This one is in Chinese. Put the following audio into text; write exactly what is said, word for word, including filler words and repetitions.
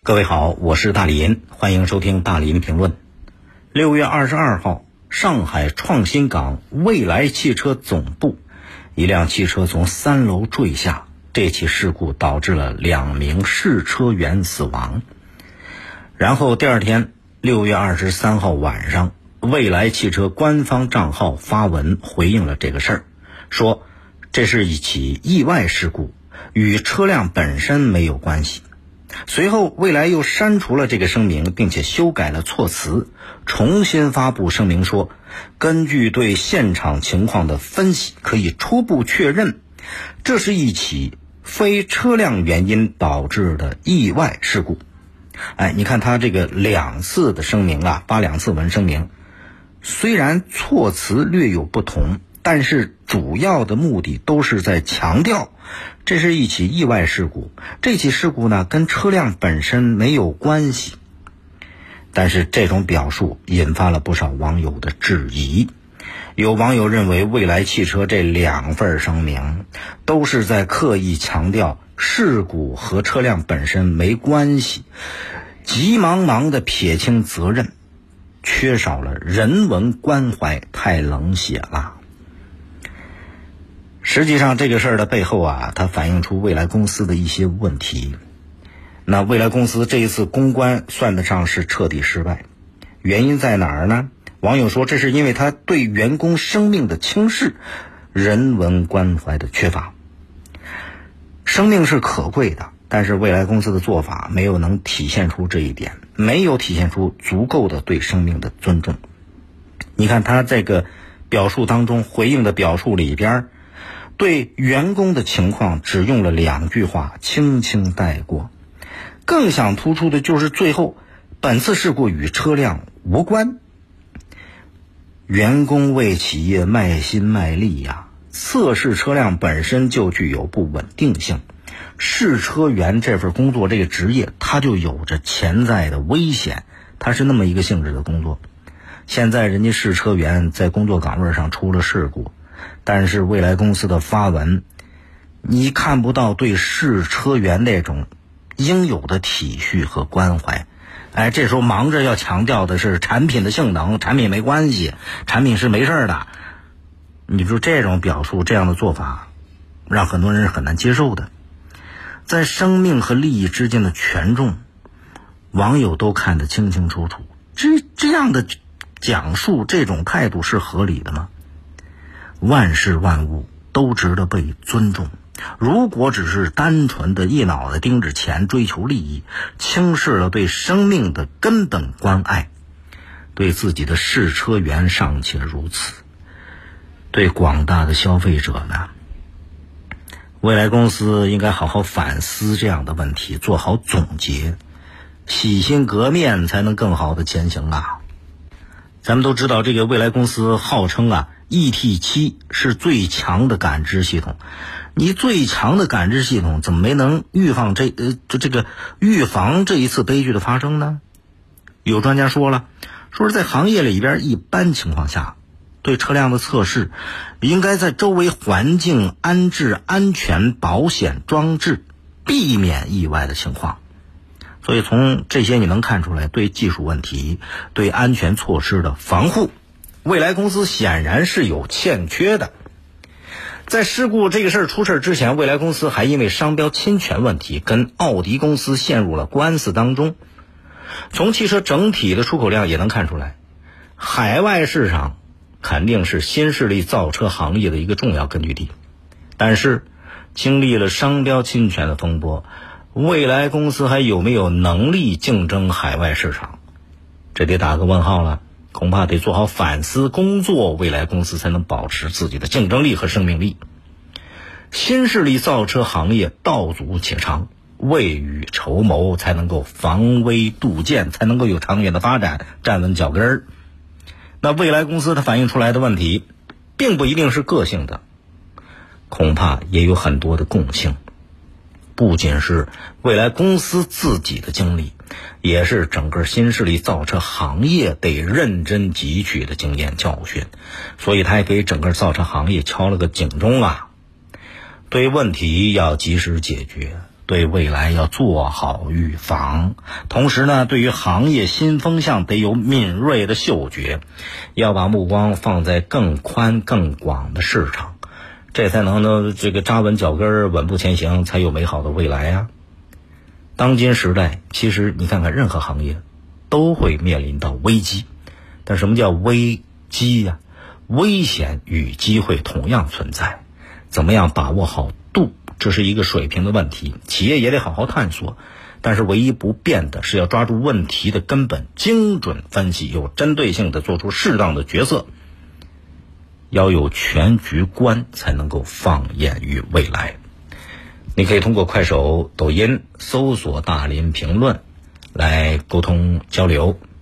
各位好，我是大林，欢迎收听大林评论。六月二十二号，上海创新港蔚来汽车总部，一辆汽车从三楼坠下，这起事故导致了两名试车员死亡。然后第二天，六月二十三号晚上，蔚来汽车官方账号发文回应了这个事儿，说这是一起意外事故，与车辆本身没有关系。随后蔚来又删除了这个声明，并且修改了措辞，重新发布声明说，根据对现场情况的分析，可以初步确认这是一起非车辆原因导致的意外事故。哎，你看他这个两次的声明啊，发两次文声明，虽然措辞略有不同，但是主要的目的都是在强调这是一起意外事故，这起事故呢跟车辆本身没有关系。但是这种表述引发了不少网友的质疑，有网友认为蔚来汽车这两份声明都是在刻意强调事故和车辆本身没关系，急忙忙地撇清责任，缺少了人文关怀，太冷血了。实际上这个事儿的背后啊，它反映出蔚来公司的一些问题。那蔚来公司这一次公关算得上是彻底失败，原因在哪儿呢？网友说这是因为他对员工生命的轻视，人文关怀的缺乏。生命是可贵的，但是蔚来公司的做法没有能体现出这一点，没有体现出足够的对生命的尊重。你看他这个表述当中，回应的表述里边对员工的情况只用了两句话，轻轻带过。更想突出的就是最后，本次事故与车辆无关。员工为企业卖心卖力呀，测试车辆本身就具有不稳定性，试车员这份工作这个职业，它就有着潜在的危险，它是那么一个性质的工作。现在人家试车员在工作岗位上出了事故，但是蔚来公司的发文，你看不到对试车员那种应有的体恤和关怀。哎，这时候忙着要强调的是产品的性能，产品没关系，产品是没事的。你说这种表述，这样的做法让很多人是很难接受的。在生命和利益之间的权重，网友都看得清清楚楚，这这样的讲述，这种态度是合理的吗？万事万物都值得被尊重，如果只是单纯的一脑袋盯着钱，追求利益，轻视了对生命的根本关爱，对自己的试车员尚且如此，对广大的消费者呢？蔚来公司应该好好反思这样的问题，做好总结，洗心革面，才能更好的前行啊。咱们都知道，这个蔚来公司号称啊 E T 七 是最强的感知系统，你最强的感知系统怎么没能预防这呃这这个预防这一次悲剧的发生呢？有专家说了，说是在行业里边，一般情况下对车辆的测试应该在周围环境安置安全保险装置，避免意外的情况。所以从这些你能看出来，对技术问题，对安全措施的防护，蔚来公司显然是有欠缺的。在事故这个事儿出事之前，蔚来公司还因为商标侵权问题跟奥迪公司陷入了官司当中。从汽车整体的出口量也能看出来，海外市场肯定是新势力造车行业的一个重要根据地。但是经历了商标侵权的风波，蔚来公司还有没有能力竞争海外市场，这得打个问号了。恐怕得做好反思工作，蔚来公司才能保持自己的竞争力和生命力。新势力造车行业道阻且长，未雨绸缪，才能够防微杜渐，才能够有长远的发展，站稳脚跟儿。那蔚来公司它反映出来的问题并不一定是个性的，恐怕也有很多的共性，不仅是蔚来公司自己的经历，也是整个新势力造车行业得认真汲取的经验教训，所以他也给整个造车行业敲了个警钟啊。对问题要及时解决， 对未来要做好预防，同时呢，对于行业新风向得有敏锐的嗅觉，要把目光放在更宽更广的市场，这才能呢这个扎稳脚跟，稳步前行，才有美好的未来啊。当今时代，其实你看看任何行业都会面临到危机，但什么叫危机呀、啊？危险与机会同样存在，怎么样把握好度，这是一个水平的问题，企业也得好好探索。但是唯一不变的是要抓住问题的根本，精准分析，有针对性的做出适当的决策，要有全局观，才能够放眼于未来。你可以通过快手、抖音搜索大林评论来沟通交流。